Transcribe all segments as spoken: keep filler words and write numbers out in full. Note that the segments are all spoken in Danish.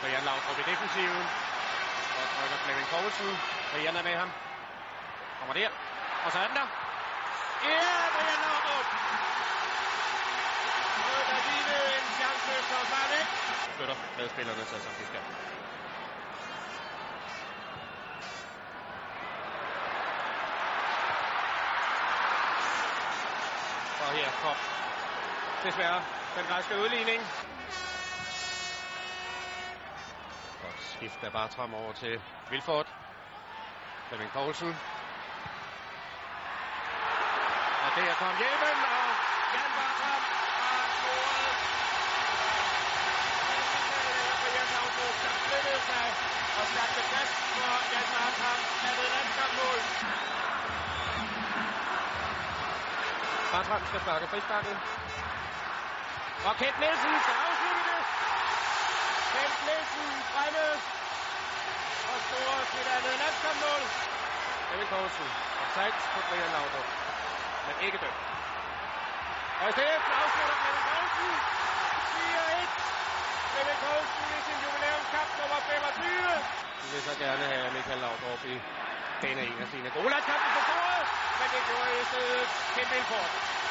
Brian Laudrup i defensiven. Og trykker Flemming Poulsen. Brian er med ham. Kommer der. Og så er den der. Ja, Brian Laudrup! Og der lignede en chance for Farnek. Flytter med spillerne sig, som de skal. Og her kom desværre den græske udligning. Godt skift af Bartram over til Vilfort. Flemming Poulsen. Og der kom hjælpen, og Jan Bartram har scoret. Brian Laudrup, der flyttede sig og skabte plads for Jan Bartram. Der ved landskampmål. Bartram skal sparke frisparket. Og Kent Nielsen skal afslutte det. Kent Nielsen fremme og scorer sit andet landskampmål. Flemming Poulsen og sejt på Brian Laudrup, men ikke dømt. Og i stedet afslutter Flemming Poulsen. fire et. Flemming Poulsen i sin jubilæumskamp nummer femogtyve. Vi vil så gerne have Michael Laudrup i denne en af sine gode landskampe på scoret, men det gjorde i stedet Kent Vilfort.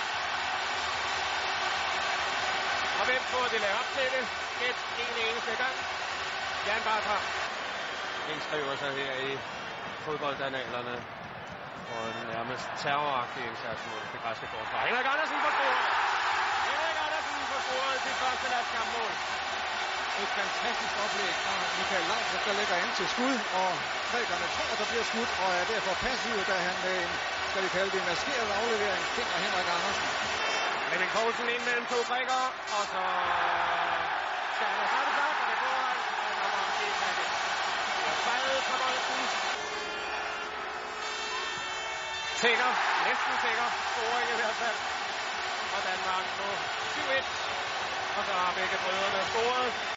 Og hvem får det lavet op til det? Gæt en eneste gang. Jan Bartram indskriver sig her i fodboldanalerne og en nærmest terroragtig indsats mod det græske forsvar. Henrik Andersen får scoret. Henrik Andersen får scoret sit første landskampmål. Et fantastisk oplæg fra Michael Laudrup, der lægger an til skud, og grækerne tror, der bliver skudt, og er derfor passiv, da han med en, skal vi kalde det, maskeret aflevering, finder Henrik Andersen. Flemming Poulsen ind mellem to grækere, og så skal han have startet op, og det går han, og der var en færdig. Det er fejret på bolden. Sikker, næsten sikker, scoring i hvert fald. Og Danmark på syv et, og så har begge brødrene scoret.